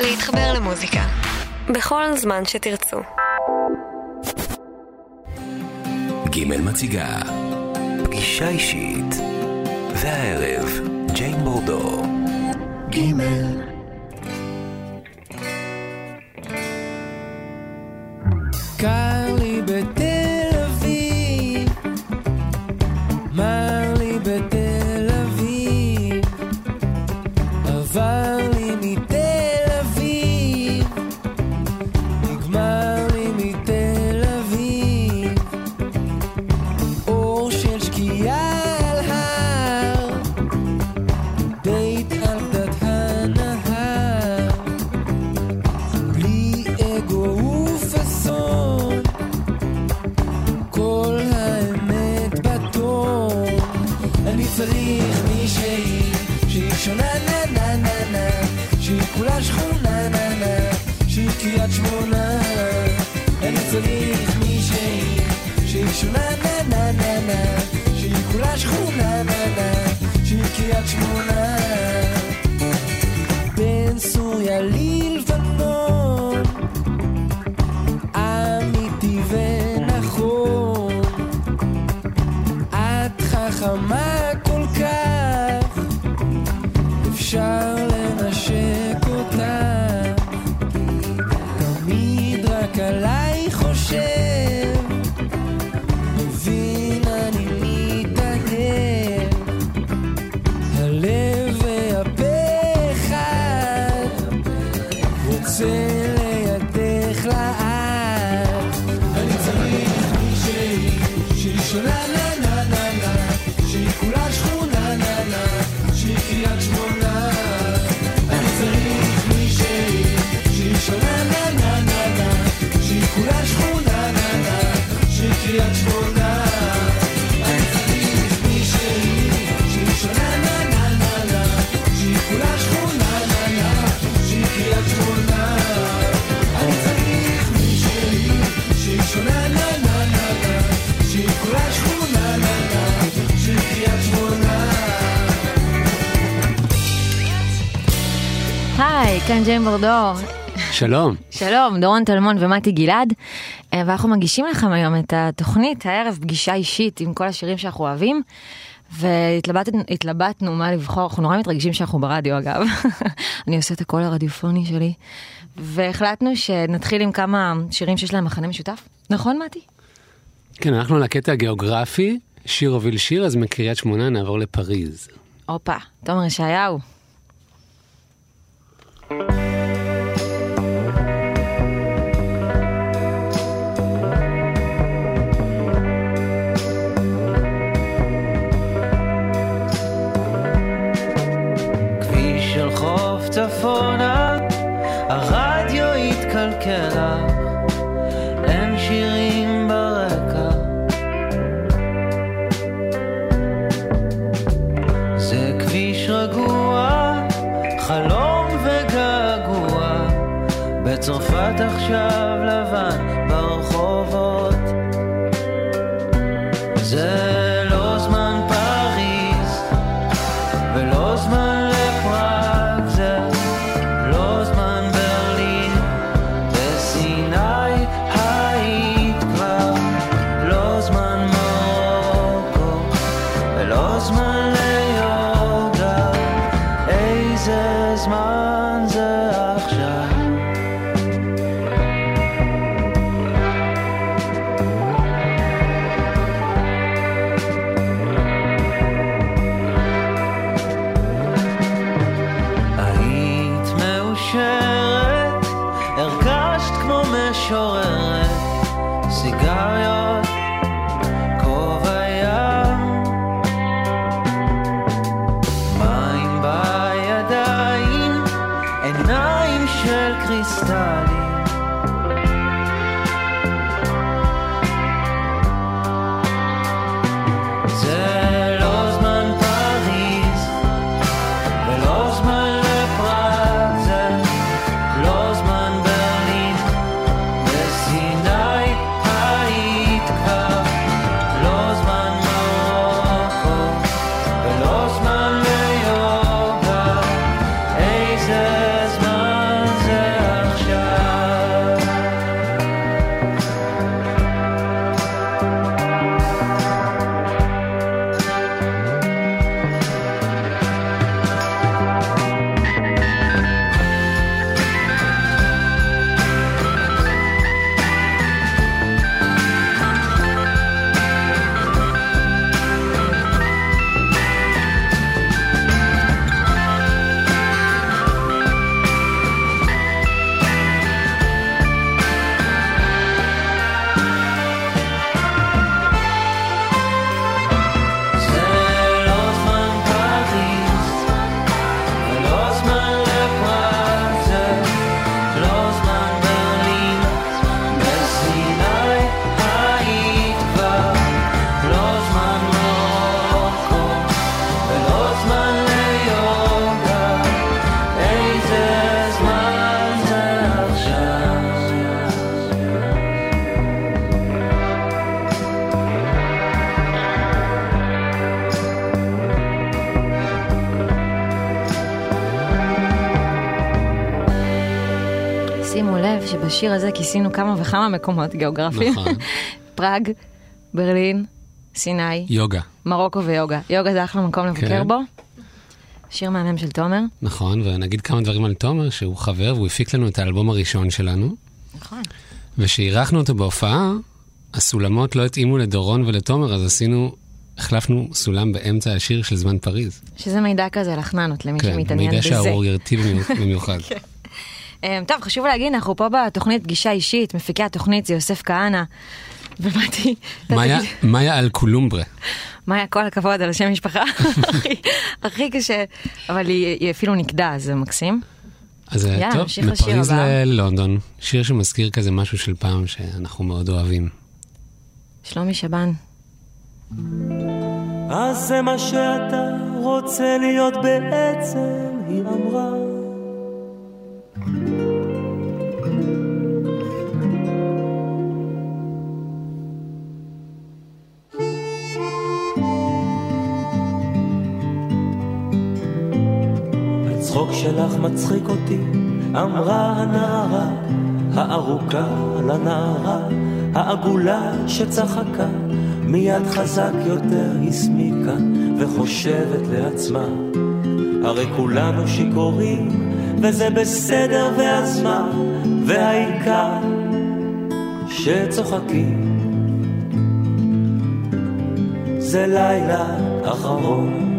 להתחבר למוזיקה בכל זמן שתרצו. ג' מציגה פגישה אישית, והערב ג'יין בורדו. ג' קר לי בתל אביב, מר לי בתל אביב, עבר לי מתל אביב, נגמר לי מתל אביב, אור של שקיעה על הר, דייט על גדת הנהר, בלי אגו ופסון, כל האמת בטון. אני צריך מישהי שהיא שונה נה נה נה נה, שהיא כולה שכונה נה נה, שהיא קריית שמונה. אני צריך מישהי שהיא שונה נה נה נה נה, שהיא כולה שכונה נה נה, שהיא קריית שמונה. בין סוריה ללבנון, אמיתי ונכון, את חכמה כל כך, אפשר לנשק אותך, תמיד רק עליי חושב, מבין אני מתאהב, הלב והפה אחד, רוצה לידך לאט. אני צריך מישהי שהיא שונה נה נה נה נה, שהיא כולה שכונה נה נה, שהיא קריית שמונה. אני צריך מישהי שהיא שונה נה נה נה נה, שהיא כולה שכונה נה נה, שהיא קריית שמונה. אני צריך מישהי שהיא שונה נה נה נה נה, שהיא כולה שכונה נה נה, שהיא קריית שמונה. אני צריך מישהי שהיא שונה נה נה נה נה, שהיא כולה שכונה נה נה, שהיא קריית שמונה. היי, כאן ג'יין בורדו. שלום. שלום, דורון טלמון ומתי גלעד. ואנחנו מגישים לכם היום את התוכנית הערב פגישה אישית עם כל השירים שאנחנו אוהבים. והתלבטנו מה לבחור, אנחנו נורא מתרגשים שאנחנו ברדיו אגב. אני עושה את הקול הרדיופוני שלי. והחלטנו שנתחיל עם כמה שירים שיש להם מחנה משותף. נכון מתי? כן, אנחנו לקטע הגיאוגרפי, שיר הוביל שיר, אז מקריית שמונה נעבור לפריז. אופה, תומר ישעיהו. כביש של חוף צפונה, הרדיו התקלקלה, אין שירים ברקע, זה כביש רגוע, חלום וגעגוע, בצרפת עכשיו לבן ברחובות, זה לא זמן פריז ולא זמן לפראג, זה לא זמן ברלין, בסיני היית כבר, לא זמן מרוקו ולא זמן ליוגה, איזה זמן זה עכשיו. שימו לב שבשיר הזה כיסינו כמה וכמה מקומות גיאוגרפיים. נכון. פראג, ברלין, סיני. יוגה. מרוקו ויוגה. יוגה זה אחלה מקום לבקר כן. בו. שיר מהמם של תומר. נכון, ונגיד כמה דברים על תומר, שהוא חבר, והוא הפיק לנו את האלבום הראשון שלנו. נכון. ושעירכנו אותו בהופעה, הסולמות לא התאימו לדורון ולתומר, אז החלפנו סולם באמצע השיר של זמן פריז. שזה מידע כזה לחננות, למי כן, שמתעניין מידע בזה. שערורייתי במיוחד. טוב, חשוב להגיד, אנחנו פה בתוכנית פגישה אישית, מפיקי התוכנית זה יוסף כהנא, ומתי... מאיה אלקולומברה. מאיה, כל הכבוד על השם משפחה, הכי קשה, אבל היא אפילו נקדה, אז זה מקסים. אז טוב, נמשיך לשיר מפריז הבא. ללונדון, שיר שמזכיר כזה משהו של פעם שאנחנו מאוד אוהבים. שלומי שבן. אז זה מה שאתה רוצה להיות בעצם, היא אמרה. הצחוק שלך מצחיק אותי, אמרה הנערה, הארוכה לנערה, העגולה שצחקה, מיד חזק יותר הסמיקה, וחושבת לעצמה, הרי כולנו שיכורים, וזה בסדר והזמן, והעיקר שצוחקים. זה לילה אחרון,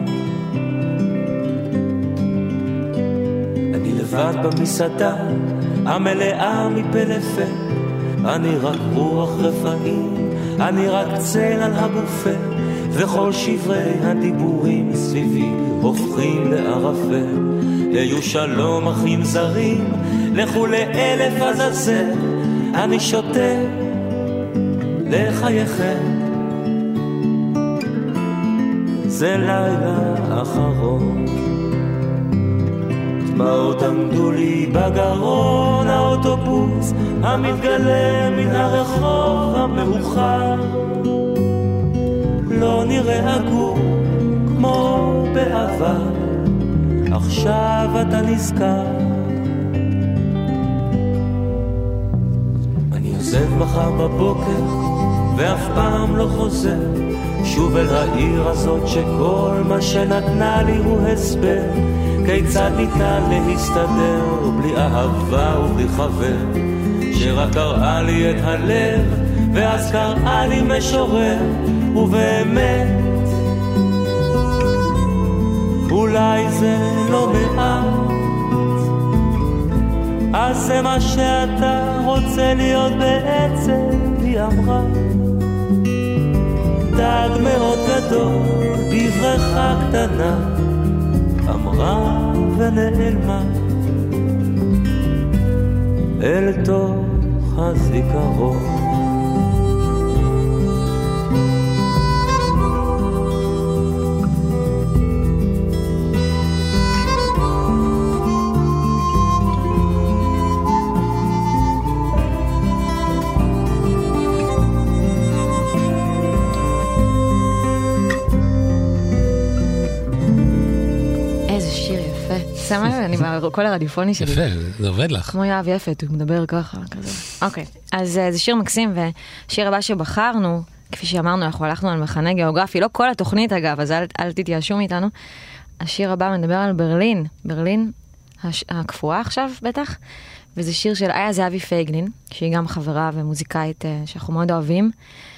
אני לבד במסעדה, המלאה מפלאפה, אני רק רוח רפאים, אני רק צל על הבופה, וכל שברי הדיבורים סביבי הופכים לערפל. היו שלום אחים זרים, לכו לאלף עזאזל, אני שותה לחייכם. זה לילה אחרון, דמעות עמדו לי בגרון, האוטובוס המתגלה מן הרחוב המאוחר לא נראה עגור כמו בעבר, עכשיו אתה נזכר. אני עוזב מחר בבוקר ואף פעם לא חוזר שוב אל העיר הזאת שכל מה שנתנה לי הוא הסבר כיצד ניתן להסתדר בלי אהבה ובלי חבר, שרק קראה לי את הלב ואז קראה לי משורר, ובאמת אולי זה לא מעט, אז זה מה שאתה רוצה להיות בעצם, היא אמרה. דג מאוד גדול בבריכה קטנה, אמרה ונעלמה אל תוך הזיכרון. שמה לב, אני בכל הרדיופוני שלי. יפה, זה עובד לך. כמו יאהב יפת, הוא מדבר ככה, כזה. אוקיי, אז זה שיר מקסים, ושיר הבא שבחרנו, כפי שאמרנו, אנחנו הלכנו על מחנה גיאוגרפי, לא כל התוכנית אגב, אז אל תתייאשו מאיתנו. השיר הבא מדבר על ברלין, ברלין הקפואה עכשיו בטח, וזה שיר של איה זהבי פייגלין, שהיא גם חברה ומוזיקאית שאנחנו מאוד אוהבים.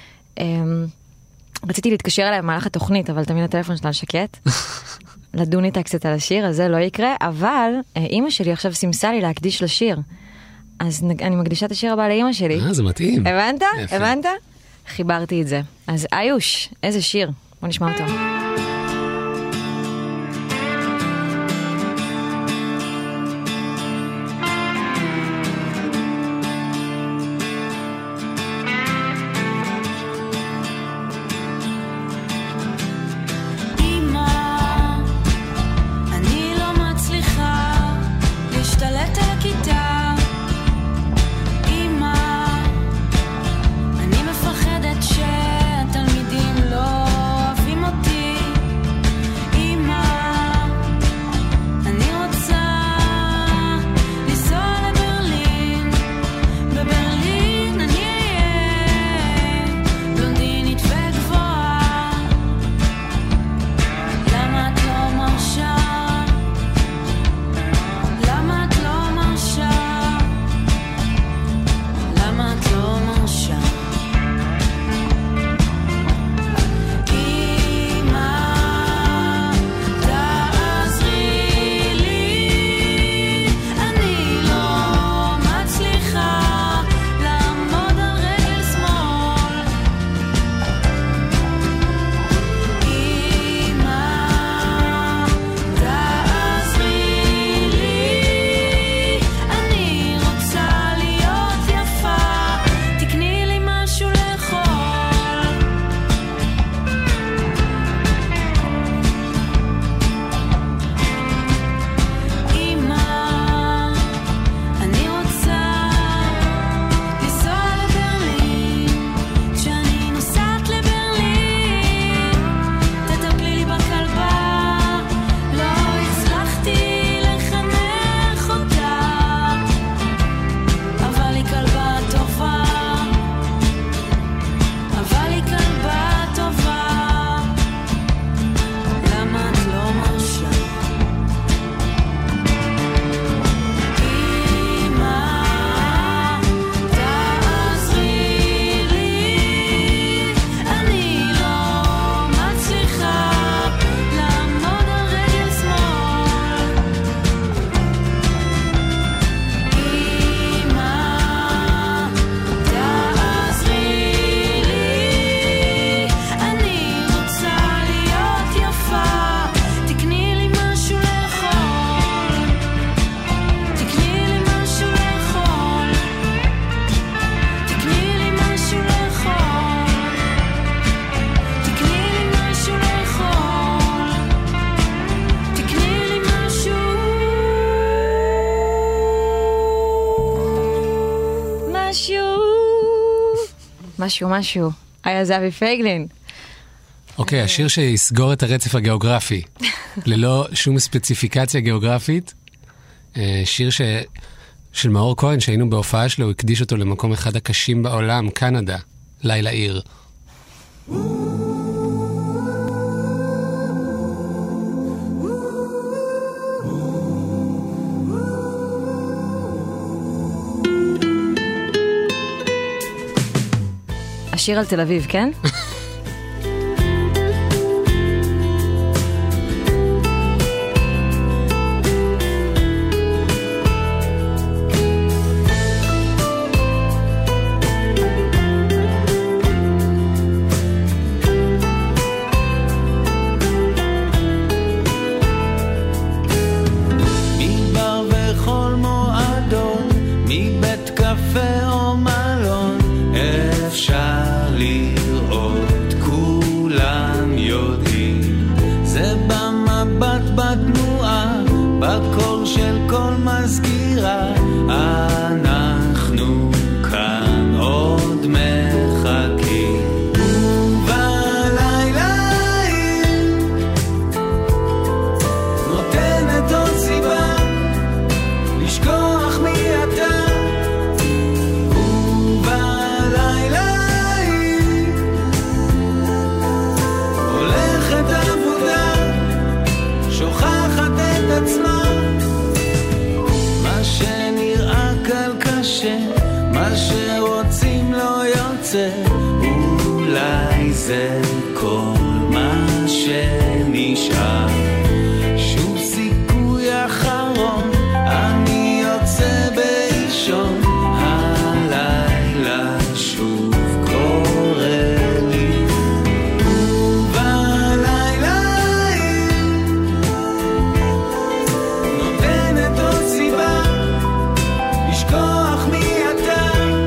רציתי להתקשר אליה במהלך התוכנית, אבל תמיד הטלפון שלה שקט. לדון איתה קצת על השיר, אז זה לא יקרה, אבל אמא שלי עכשיו סימסה לי להקדיש לשיר. אז אני מקדישה את השיר הבא לאמא שלי. זה מתאים. הבנת? הבנת? חיברתי את זה. אז איוש, איזה שיר. בוא נשמע אותו. אני מפחדת שהתלמידים לא אוהבים אותי משהו. היה זהבי פייגלין. אוקיי, השיר שיסגור את הרצף הגיאוגרפי, ללא שום ספציפיקציה גיאוגרפית. שיר של מאור כהן, שהיינו בהופעה שלו, הוא הקדיש אותו למקום אחד הקשים בעולם, קנדה, לילה עיר. השיר על תל אביב, כן? אולי זה כל מה שנשאר, שוב סיכוי אחרון, אני יוצא באישון, הלילה שוב קורא לי, ובלילה נותנת עוד סיבה לשכוח מי אתה,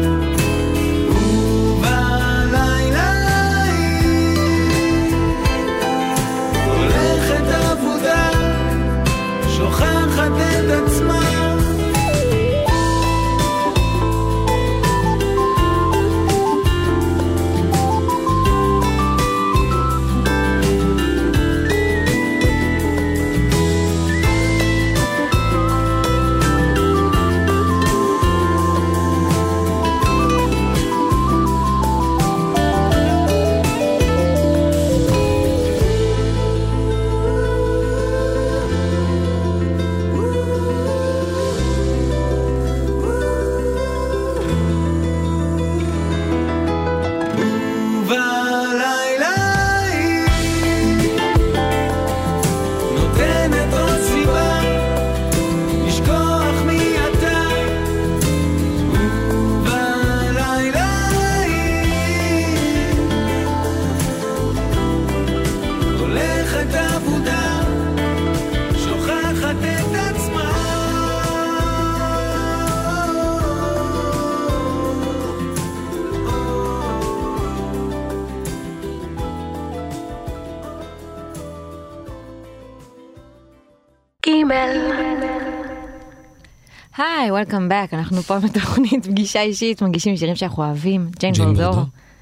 שוכחת את עצמה. היי, וולקאם בק, אנחנו פה בתוכנית פגישה אישית, מגישים שירים שאנחנו אוהבים, ג'יין בורדו.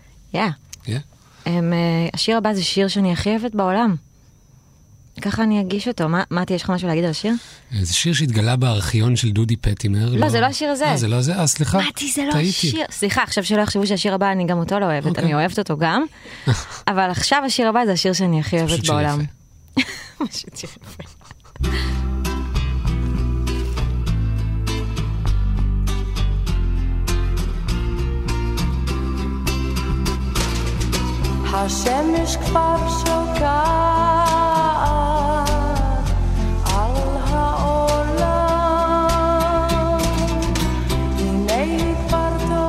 השיר הבא זה שיר שאני הכי אוהבת בעולם. ככה אני אגיש אותו. מתי, יש לך משהו להגיד על השיר? זה שיר שהתגלה בארכיון של דודי פטימר. לא, זה לא השיר הזה. זה לא זה? סליחה. מתי, זה לא השיר. סליחה, עכשיו שלא יחשבו שהשיר הבא אני גם אותו לא אוהבת, אני אוהבת אותו גם. אבל עכשיו השיר הבא זה השיר שאני הכי אוהבת בעולם. פשוט שיר יפה. השמש כבר שוקעת על העולם, הנה כבר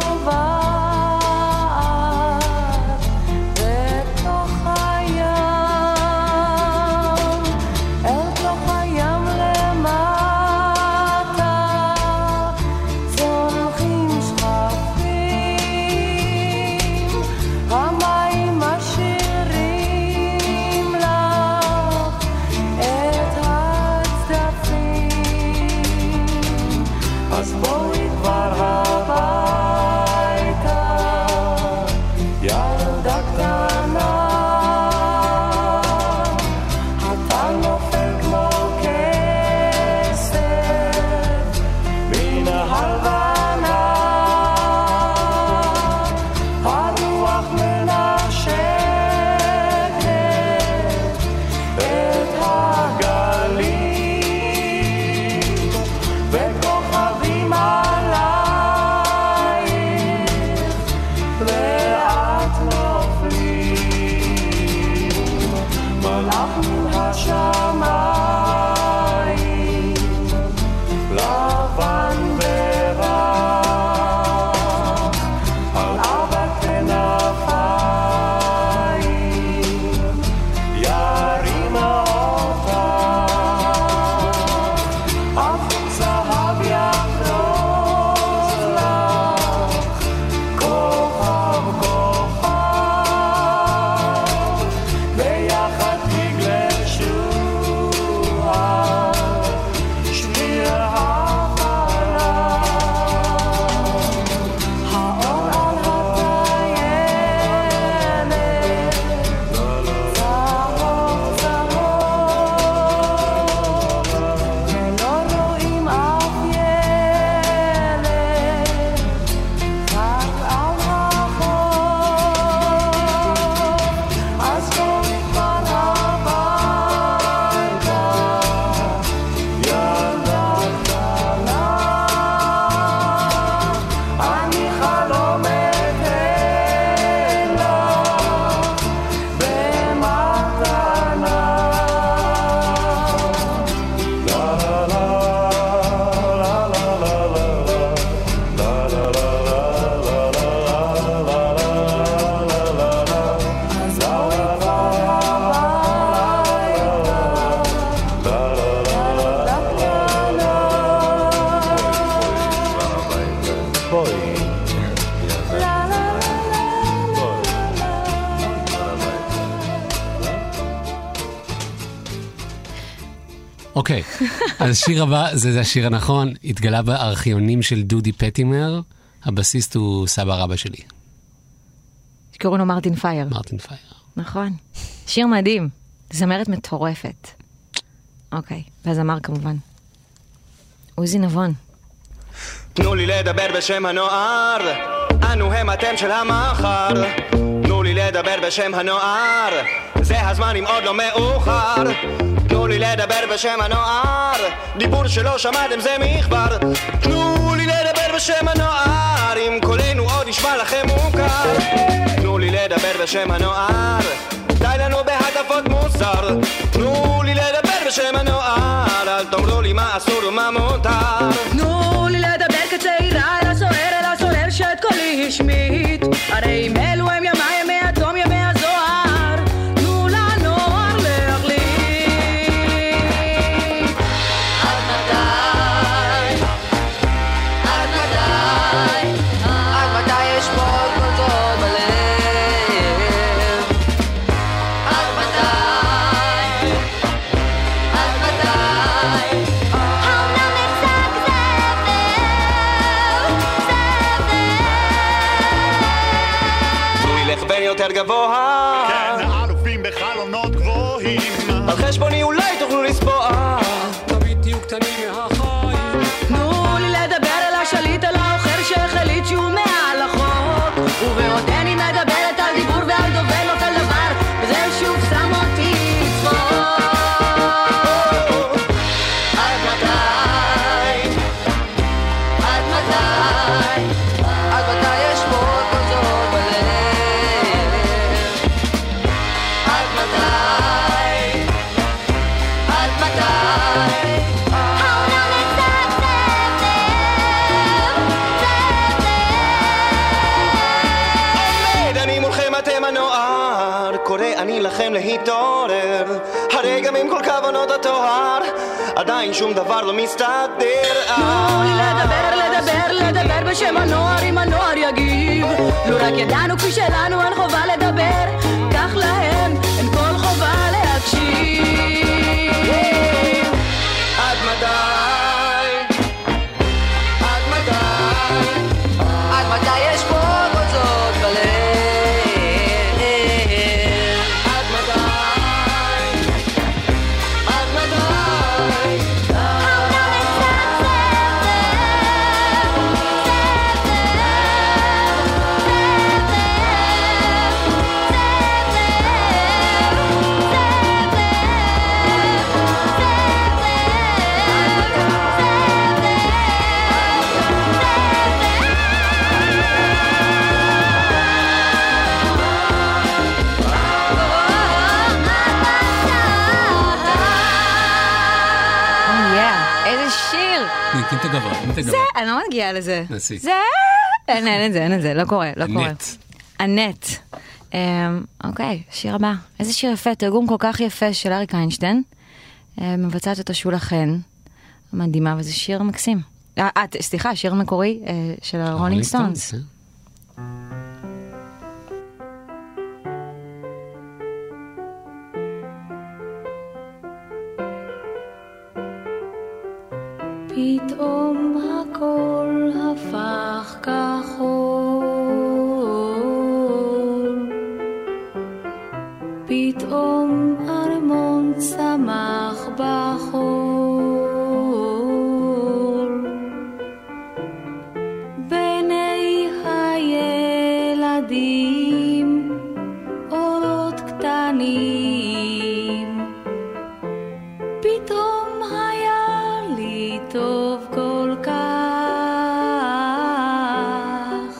טובעת בתוך הים, אל תוך הים למטה צונחים שחפים, המים השירים לה אוקיי, אז השיר הבא, זה השיר הנכון, התגלה בארכיונים של דודי פטימר, הבסיסט הוא סבא רבא שלי. שקוראים לו מרטין פייר. מרטין פייר. נכון. שיר מדהים. זמרת מטורפת. אוקיי, והזמר כמובן. עוזי נבון. תנו לי לדבר בשם הנוער, אנו הם אתם של המחר. תנו לי לדבר בשם הנוער, זה הזמן אם עוד לא מאוחר. תנו לי לדבר בשם הנוער, דיבור שלא שמעתם זה מכבר. תנו לי לדבר בשם הנוער, אם קולנו עוד נשמע לכם מוכר. תנו לי לדבר בשם הנוער, די לנו בהטפות מוסר. תנו לי לדבר בשם הנוער, אל תאמרו לי מה אסור ומה מותר. תנו לי לדבר כצעירה אל הסוער, אל הסוער שאת קולי השמיט. הרי אם אלו הם ימי התום, ימי הזוהר. תנו לנוער להחליט. עד מתי? עד מתי? עד מתי יש פה כל זאת בלב? עד מתי? עד מתי? האומנם נפסק תנו לי לכוון יותר גבוה, כן, האלופים בחלונות גבוהים. על חשבוני אולי תוכלו לספוע. תמיד תהיו קטנים מהחיים. תנו לי לדבר אל השליט, אל האוחר שהחליט שהוא מעל החוק. ובעודני מדברת על דיבור ועל דובר נופל דבר, וזה שוב שם אותי לצחוק. עד מתי? עד מתי? עד מתי יש פה כל זאת בלב? עד מתי? עד מתי? האומנם נפסק עומד אני מולכם אתם הנוער, קורא אני לכם להתעורר. הרי גם עם כל כוונות התואר, עדיין שום דבר לא מסתדר. תנו לי לדבר בשם הנוער, אם הנוער יגיב. לו רק ידענו כפי שלנו אין חובה לדבר, כך להם אין כל חובה להקשיב. עד מתי? עד מתי? עד מתי יש פה כל זאת בלב? עד מתי? עד מתי? איזה שיר! נקים את הגבוה, נקים את זה, הגבוה. אני לא מגיעה לזה. נסי. זה, אין את זה, לא קורה, לא קורה. אנט. אנט. אוקיי, שיר הבא. איזה שיר יפה, תרגום כל כך יפה של אריק איינשטיין. מבצעת אותו שולה חן. מדהימה, וזה שיר מקסים. סליחה, שיר מקורי של הרולינג סטונס. פתאום הכל הפך כחול, פתאום ארמון צמח בחול, בעיני הילדים אורות קטנים, פתאום היה לי טוב כל כך.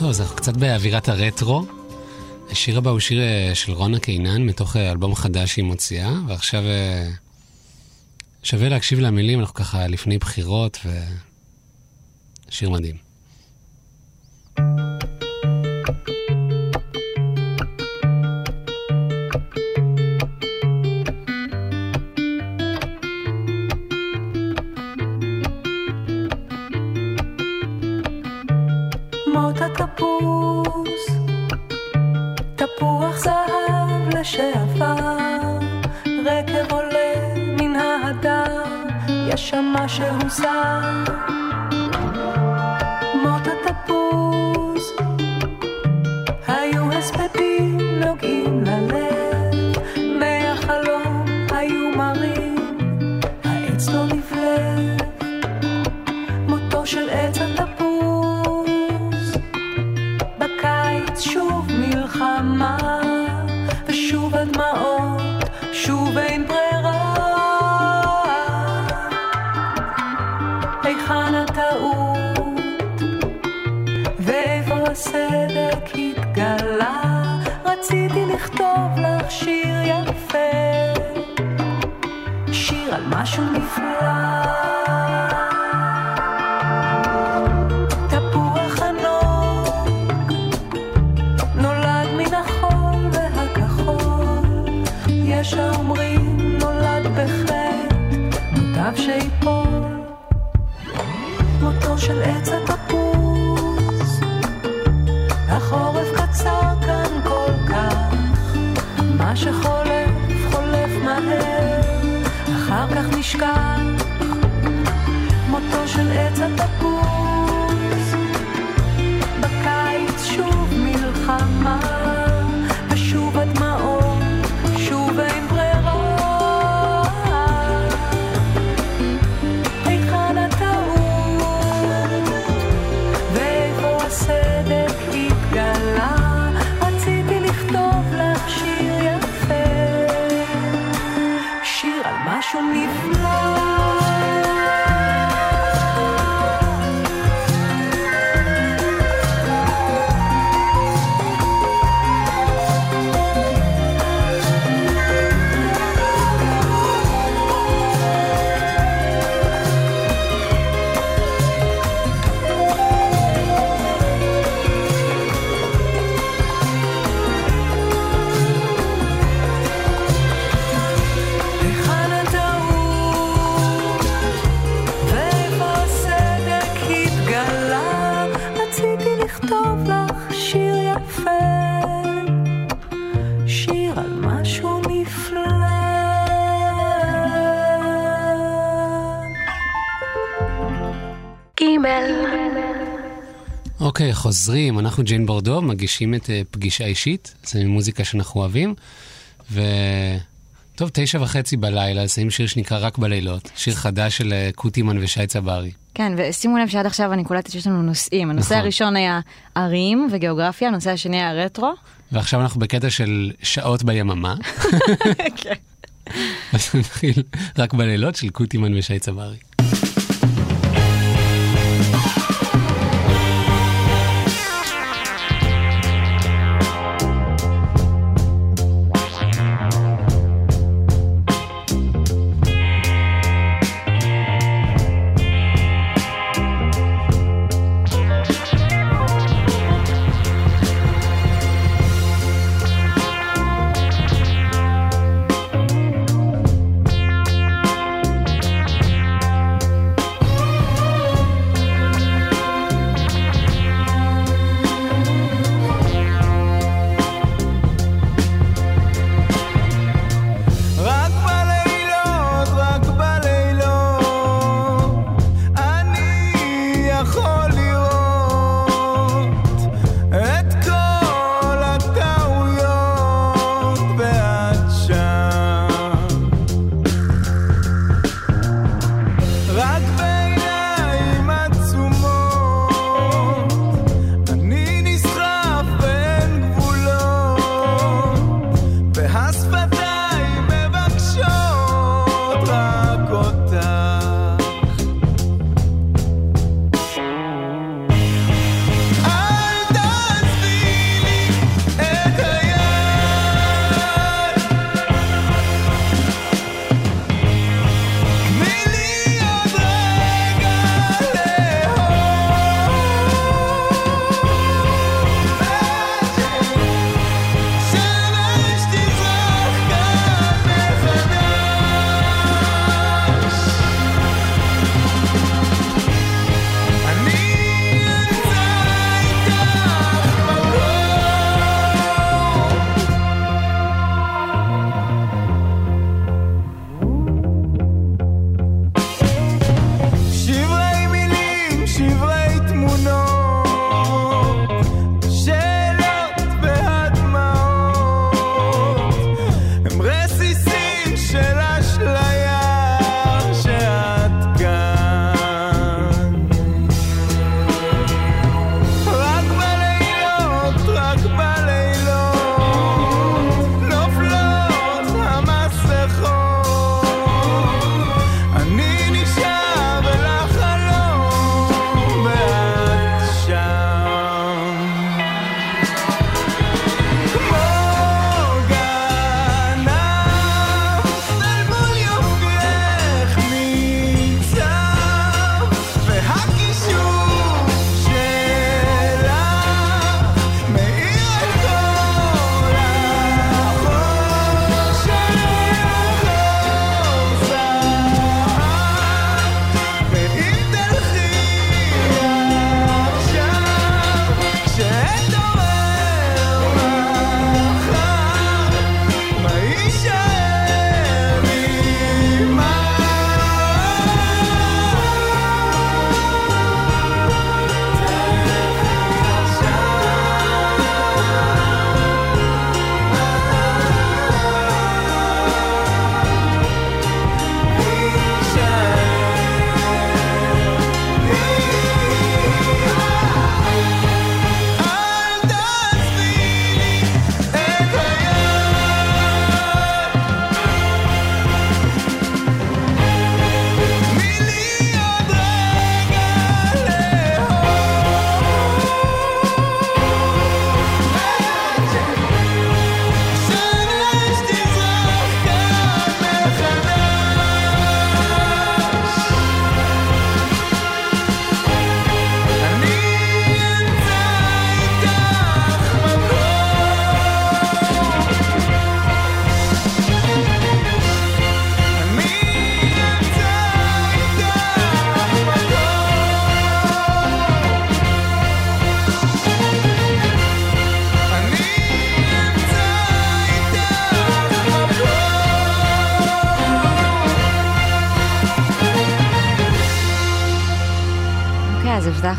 טוב, אז אנחנו קצת באווירת הרטרו. השיר הבא הוא שיר של רונה קינן, מתוך אלבום חדש שהיא מוציאה, ועכשיו שווה להקשיב למילים, אנחנו ככה לפני בחירות, ושיר מדהים. מות התפוס, תפוח זהב לשעבר, רקב עולה מן ההדר, יש שם משהו זר. מות התפוס, היו הספדים נוגעים ללב, מהחלום היו מרים, העץ לא נבלב. מותו של עץ התפוס, שוב מלחמה, ושוב הדמעות, שוב אין ברירה. היכן הטעות, ואיפה הסדק התגלה. רציתי לכתוב לך שיר יפה, שיר על משהו נפלא. יש האומרים נולד בחטא, מוטב שיפול. מותו של עץ התפוס, החורף קצר כאן כל כך, מה שחולף חולף מהר, אחר כך נשכח. מותו של עץ התפוס, בקיץ שוב מלחמה, ושוב הדמעות, שוב אין ברירה. היכן הטעות, ואיפה הסדק התגלה. רציתי לכתוב לך שיר יפה, שיר על משהו נפלא. אוקיי, חוזרים, אנחנו ג'יין בורדו, מגישים את פגישה אישית, זה מוזיקה שאנחנו אוהבים, טוב, 9:30 בלילה, שמים שיר שנקרא רק בלילות, שיר חדש של קוטימן ושי צברי. כן, ושימו לב שעד עכשיו אני קולטת שיש לנו נושאים, הנושא הראשון היה ערים וגיאוגרפיה, הנושא השני היה רטרו. ועכשיו אנחנו בקטע של שעות ביממה. כן. אז נתחיל רק בלילות של קוטימן ושי צברי.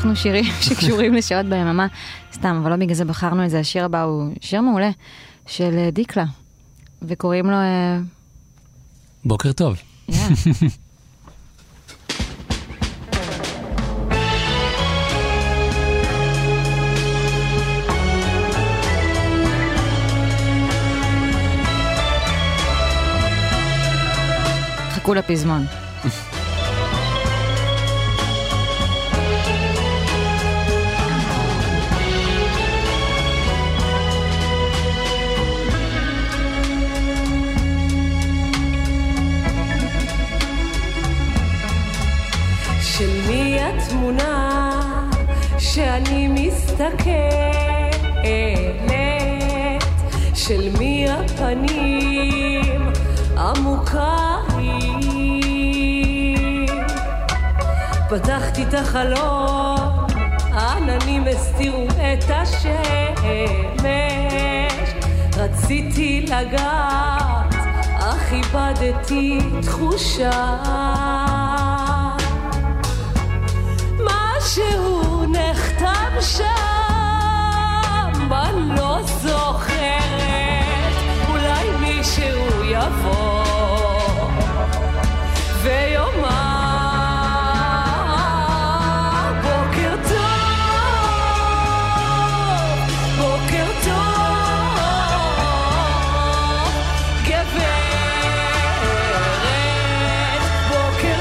לקחנו שירים שקשורים לשעות ביממה, סתם, אבל לא בגלל זה בחרנו את זה. השיר הבא הוא שיר מעולה של דיקלה, וקוראים לו... בוקר טוב. חכו לפזמון. של מי התמונה שאני מסתכלת, של מי הפנים המוכרים. פתחתי את החלון, העננים הסתירו את השמש, רציתי לגעת אך איבדתי תחושה. משהו נחתם שם, אני לא זוכרת, אולי מישהו יבוא ויאמר בוקר טוב, בוקר טוב, גברת, בוקר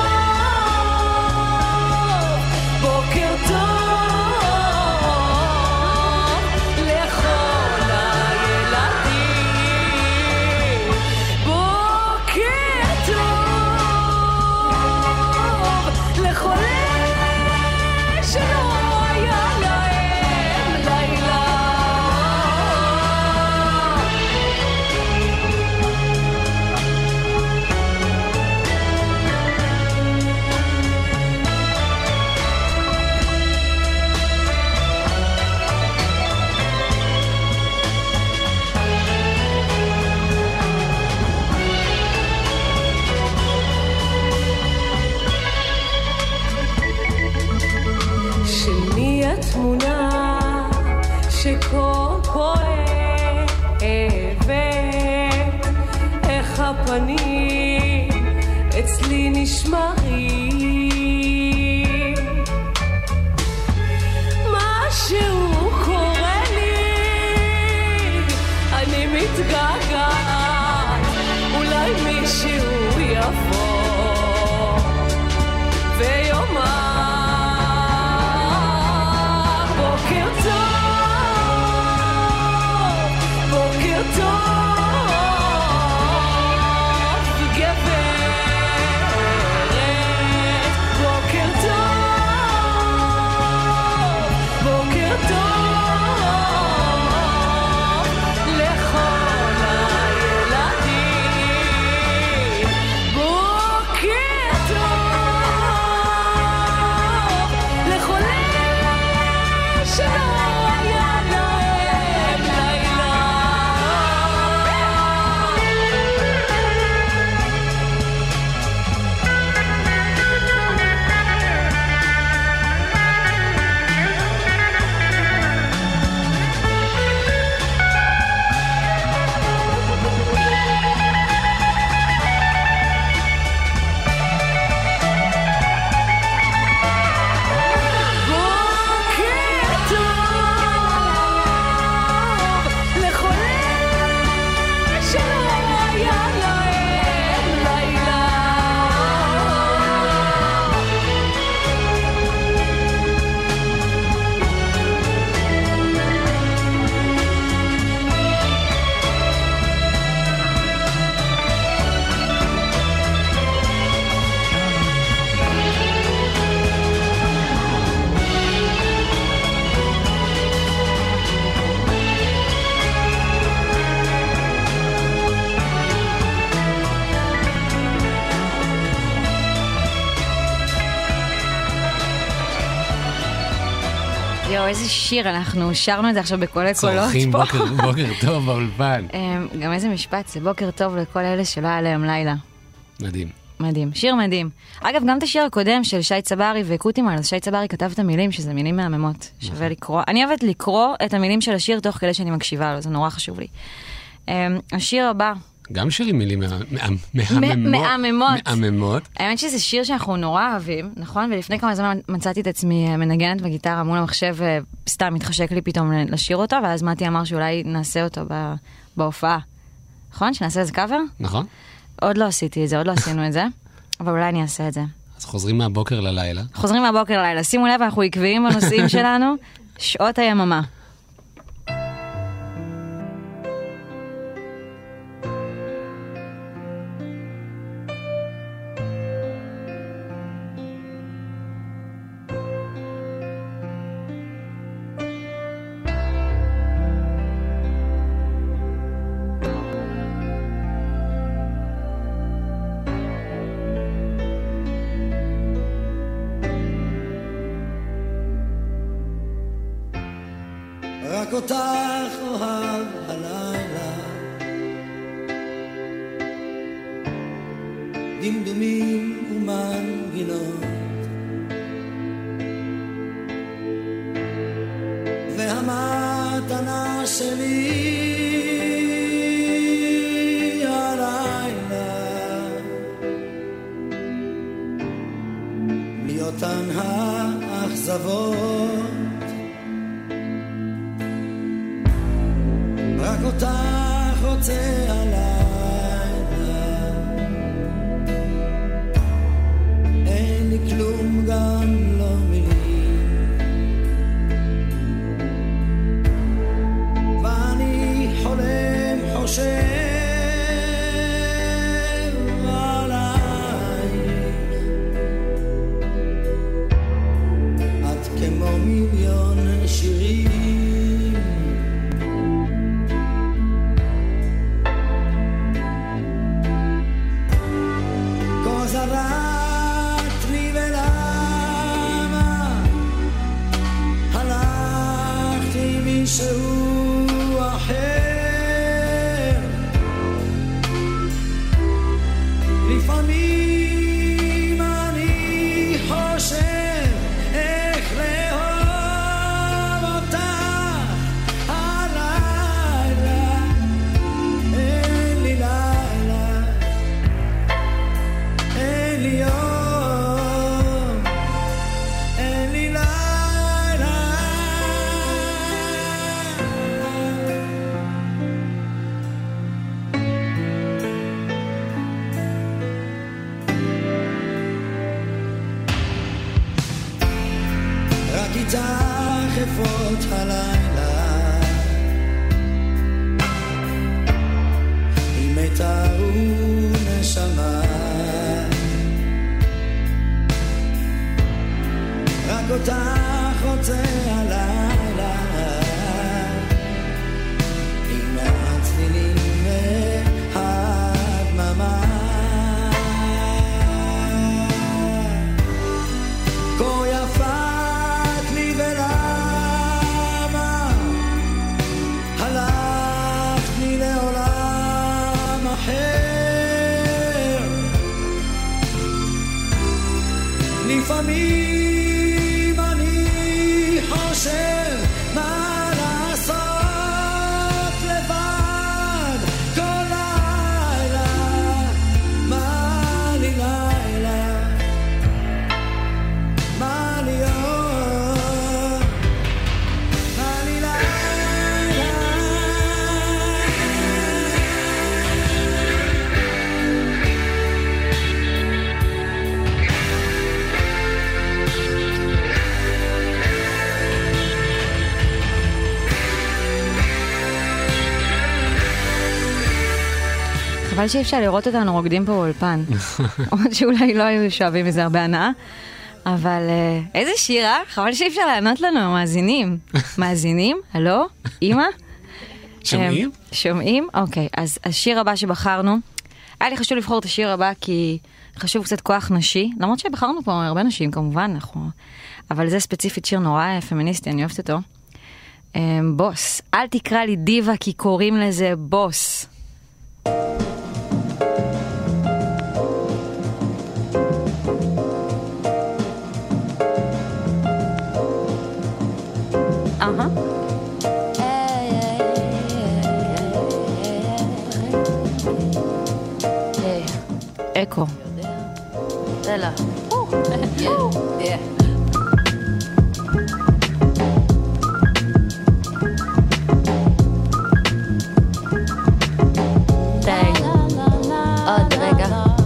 טוב, בוקר טוב לכל הילדים, בוקר טוב לכל אלה שלא היה להם לילה. של מי התמונה שכה כואבת, איך הפנים אצלי נשמרים. משהו קורה לי, אני מתגעגעת, אולי מישהו יבוא ויאמר בוקר טוב, בוקר טוב, גברת, בוקר טוב, בוקר טוב לכל הילדים, בוקר טוב לכל אלה שלא היה להם לילה. בוקר טוב לכל אלה שלא היה להם לילה. יואו, איזה שיר, אנחנו שרנו את זה עכשיו בכל הקולות צורכים פה. בוקר טוב באולפן. גם איזה משפט, זה בוקר טוב לכל אלה שלא היה להם לילה. מדהים. מדהים, שיר מדהים. אגב, גם את השיר הקודם של שי צברי וקוטימל, אז שי צברי כתב את המילים, שזה מילים מהממות, שווה לקרוא. אני אוהבת לקרוא את המילים של השיר תוך כדי שאני מקשיבה לו, זה נורא חשוב לי. השיר הבא. גם שירים מילים מהממות. האמת שזה שיר שאנחנו נורא אוהבים, נכון? ולפני כמה זמן מצאתי את עצמי מנגנת בגיטרה מול המחשב, וסתם התחשק לי פתאום לשיר אותו, ואז מתי אמר שאולי נעשה אותו בהופעה. נכון? שנעשה איזה קאבר? נכון. עוד לא עשיתי את זה, עוד לא עשינו את זה, אבל אולי אני אעשה את זה. אז חוזרים מהבוקר ללילה. חוזרים מהבוקר ללילה. שימו לב, אנחנו עקביים בנושאים שלנו, שעות היממה. רק אותך אוהב הלילה, דמדומים ומנגינות, והמתנה שלי הלילה, בלי אותן האכזבות, רק אותך רוצה הלילה, אין לי כלום גם לא מילים, ואני חולם חושב עלייך, את כמו מיליון שירים, זרעת לי ולמה הלכתי מישהו אחר, לפעמים אני חושב איך לאהוב אותך הלילה, אין לי לילה, אין לי יום, אין לי לילה, רק איתך אפות הלילה, עם מיתר ונשמה, רק אותך רוצה הלילה, עם הצלילים והדממה, כה יפת לי ולמה הלכת לי לעולם אחר, לפעמים אני חושב מה לעשות לבד כל לילה, מה לי לילה, מה לי יום, מה לי לילה. חבל שאי אפשר לראות אותנו רוקדים פה באולפן. עוד שאולי לא היו שואבים איזה הרבה הנאה. אבל איזה שירה? חבל שאי אפשר לענות לנו, מאזינים. מאזינים? הלו? אמא? שומעים? שומעים? אוקיי, אז השיר הבא שבחרנו, היה לי חשוב לבחור את השיר הבא כי חשוב קצת כוח נשי, למרות שבחרנו פה הרבה נשים כמובן, אבל זה ספציפית שיר נורא פמיניסטי, אני אוהבת אותו. בוס, אל תקרא לי דיבה כי קוראים לזה בוס. אקו. Ella. Yeah. די. עוד רגע.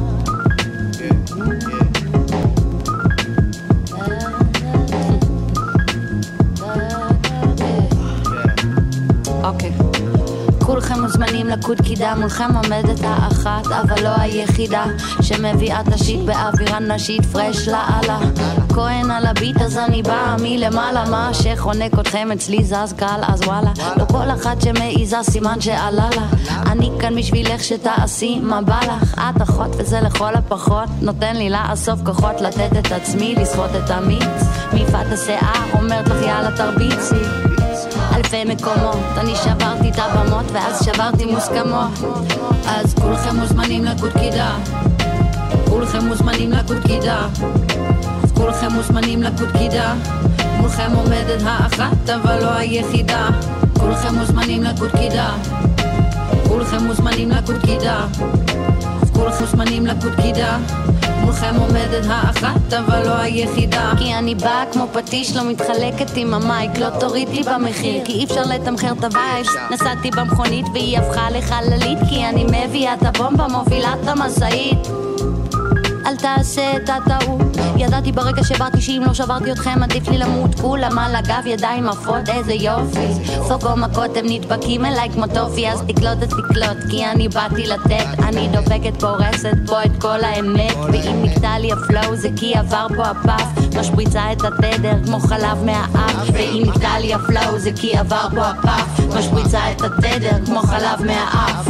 אוקיי. כולכם מוזמנים לקוד קידה, מולכם עומדת האחת, אבל לא היחידה, שמביאה את השיט באווירה נשית, פרש לאללה. כהן על הביט, אז אני באה מלמעלה, מה שחונק אתכם אצלי זז קל, אז וואלה. לא כל אחת שמעיזה סימן שעלה לה, אני כאן בשבילך שתעשי מה בא לך. את אחות וזה לכל הפחות, נותן לי לאסוף כוחות, לתת את עצמי, לסחוט את המיץ. מיפת השיער אומרת לך יאללה תרביצי. אלפי מקומות, אני שברתי את הבמות ואז שברתי מוסכמות. אז כולכם מוזמנים לקוד קידה, כולכם מוזמנים לקוד קידה, כולכם מוזמנים לקוד קידה, מולכם עומדת האחת אבל לא היחידה. כולכם מוזמנים לקוד קידה, כולכם מוזמנים לקוד קידה, כולכם מוזמנים לקוד קידה, מולכם עומדת האחת אבל לא היחידה. כי אני באה כמו פטיש, לא מתחלקת עם המייק, לא תוריד לי במחיר כי אי אפשר לתמחר את הווייבס. נסעתי במכונית והיא הפכה לחללית, כי אני מביאה את הבומבה, מובילה את המשאית. אל תעשה את הטעות, ידעתי ברגע שבאתי שאם לא שברתי אתכם עדיף לי למות. כולם על הגב ידיים עפות, איזה יופי, סופו מכות הם נדבקים אליי כמו טופי. אז תקלוט את תקלוט כי אני באתי לתת, אני דופקת פורסת פה את כל האמת. ואם נקטע לי הפלואו זה כי עבר פה הפף, משפריצה את התדר כמו חלב מהאף. ואם נקטע לי הפלואו זה כי עבר פה הפף, משפריצה את התדר כמו חלב מהאף.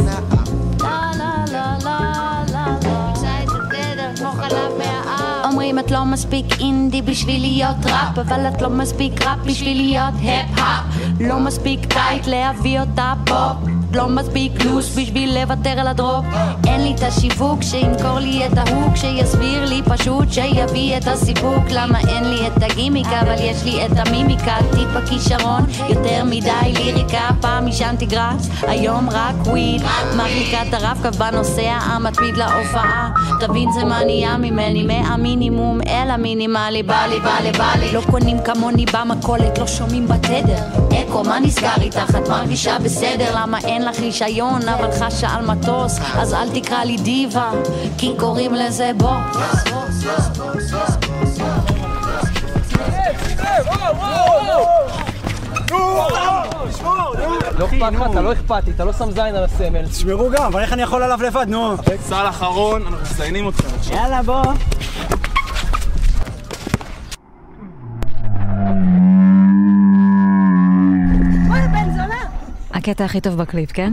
אומרים את לא מספיק אינדי בשביל להיות ראפ, אבל את לא מספיק ראפ בשביל להיות היפ-האפ. לא מספיק טייט להביא אותה פופ, לא מספיק לוס בשביל לוותר על הדרופ. אין לי את השיווק שימכור לי את ההוק, שיסביר לי פשוט שיביא את הסיפוק. למה אין לי את הגימיק אבל יש לי את המימיקה, טיפ הכישרון, יותר מדי ליריקה. פעם ישנתי גראס, היום רק וויד, מחליקת הרב-קו בנוסע המתמיד להופעה. תבין זה מה נהיה ממני, מהמינימום אל המינימלי. בא לי לא קונים כמוני במכולת, לא שומעים בתדר. אקו מה נסגר איתך, את מרגישה בסדר? למה אין לך רישיון אבל חשה על מטוס? אז אל תקרא לי דיבה כי קוראים לזה בוס. לא אכפת לך, אתה לא אכפתי, אתה לא שם זין על הסמל. תשמרו גם, אבל איך אני יכול עליו לבד, נו? סל אחרון, אנחנו מסיינים אתכם. יאללה בוא. הקטע הכי טוב בקליפ, כן?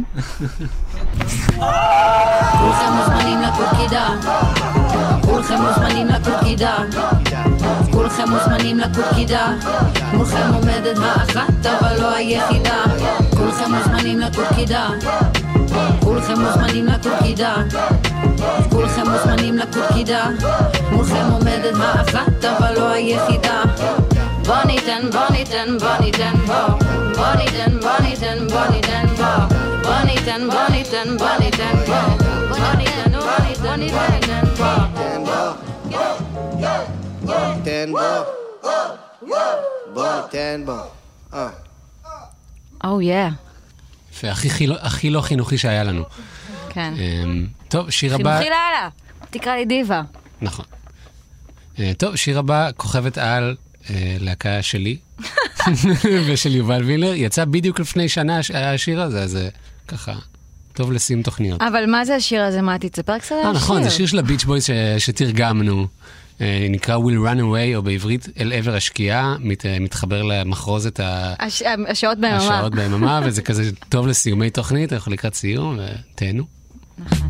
כולכם מוזמנים לקוד קידה, כולכם מוזמנים לקוד קידה, כולכם מוזמנים לקוד קידה, מולכם עומדת האחת אבל לא היחידה. כולכם מוזמנים לקוד קידה, כולכם מוזמנים לקוד קידה, כולכם מוזמנים לקוד קידה, מולכם עומדת האחת אבל לא היחידה. בוא ניתן בוא, בוא ניתן בוא, בוא ניתן בוא, בוא ניתן בוא, בוא ניתן בוא, בוא ניתן בוא, בוא ניתן בוא, תן בוא. Oh yeah. הכי לא חינוכי שהיה לנו. כן. טוב, שיר הבא... חינוכי לאללה, תקרא לי דיבה. נכון. טוב, שיר הבא, כוכבת על להקה שלי ושל יובל וילר. יצא בדיוק לפני שנה השיר הזה, אז ככה, טוב לשים תוכניות. אבל מה זה השיר הזה? מה, תצפר קצת על השיר? נכון, זה שיר של הביץ' בויז שתרגמנו. נקרא Will Run Away, או בעברית אל עבר השקיעה, מתחבר למחרוזת השעות ביממה. השעות ביממה, וזה כזה טוב לסיומי תוכנית, אנחנו לקראת סיום, ותהנו. נכון.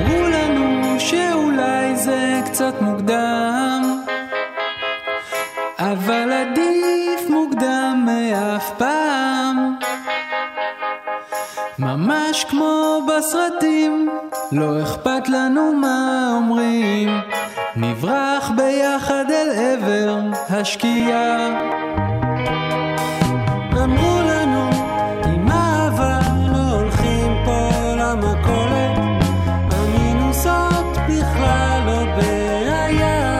קצת מוקדם, אבל עדיף מוקדם מאף פעם, ממש כמו בסרטים, לא אכפת לנו מה אומרים, נברח ביחד אל עבר השקיעה. אמרו לנו עם אהבה לא הולכים פה למכולת, המינוסות בכלל לא בעיה,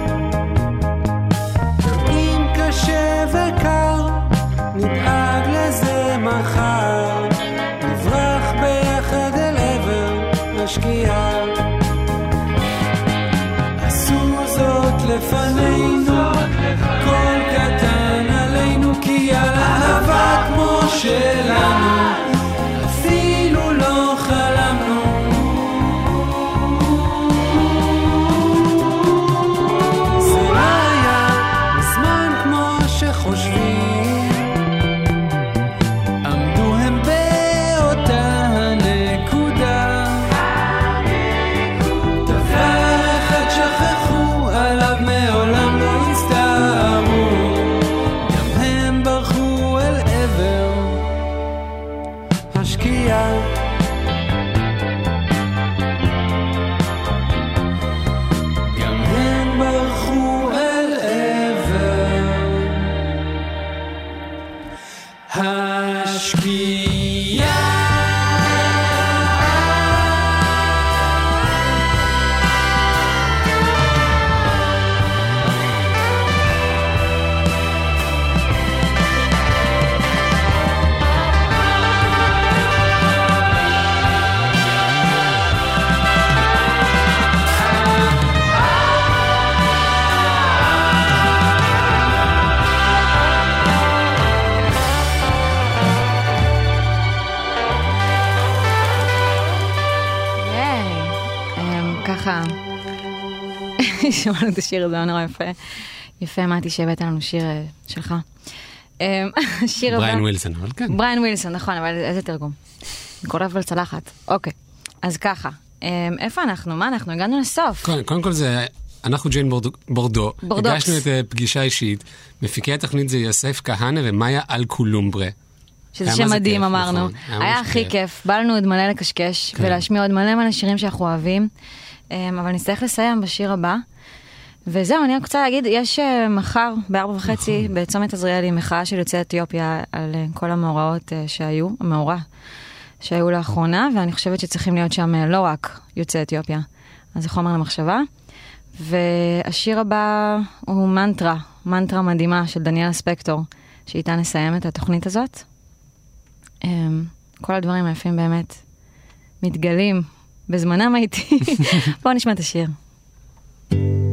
אם קשה וקר נדאג לזה מחר, נברח ביחד אל עבר השקיעה. עשו זאת לפנינו, כל קטן עלינו, כי על אהבה כמו שלנו אפילו לא חלמנו. זה לא היה בזמן כמו שחושבים, עמדו הם באותה הנקודה, דבר אחד שכחו עליו מעולם לא הסתערו, גם הם ברחו אל עבר השקיעה. גם הם ברחו אל עבר השקיעה. ככה, שמענו את השיר הזה, נורא יפה. יפה, מתי, שהבאת לנו שיר שלך. בריין ווילסון, אבל כן. בריין ווילסון, נכון, אבל איזה תרגום? קורב על צלחת. אוקיי, אז ככה, איפה אנחנו? מה אנחנו? הגענו לסוף. קודם כל זה, אנחנו ג'יין בורדו. הגשנו את פגישה אישית. מפיקי התכנית זה יוסף כהנה ומאיה אלקולומברה. שזה שם מדהים, אמרנו. היה הכי כיף. בא לנו עוד מלא לקשקש, ולהשמיע עוד מלא שירים שאנחנו אוהבים. אבל נצטרך לסיים בשיר הבא. וזהו, אני רוצה להגיד, יש מחר ב4:30 בצומת עזריאלי מחאה של יוצאי אתיופיה על כל המאורעות שהיו לאחרונה, ואני חושבת שצריכים להיות שם לא רק יוצאי אתיופיה. אז זה חומר למחשבה. והשיר הבא הוא מנטרה מדהימה של דניאל ספקטור, שאיתה נסיים את התוכנית הזאת. כל הדברים היפים באמת מתגלים בזמנם האיטי. בואו נשמע את השיר.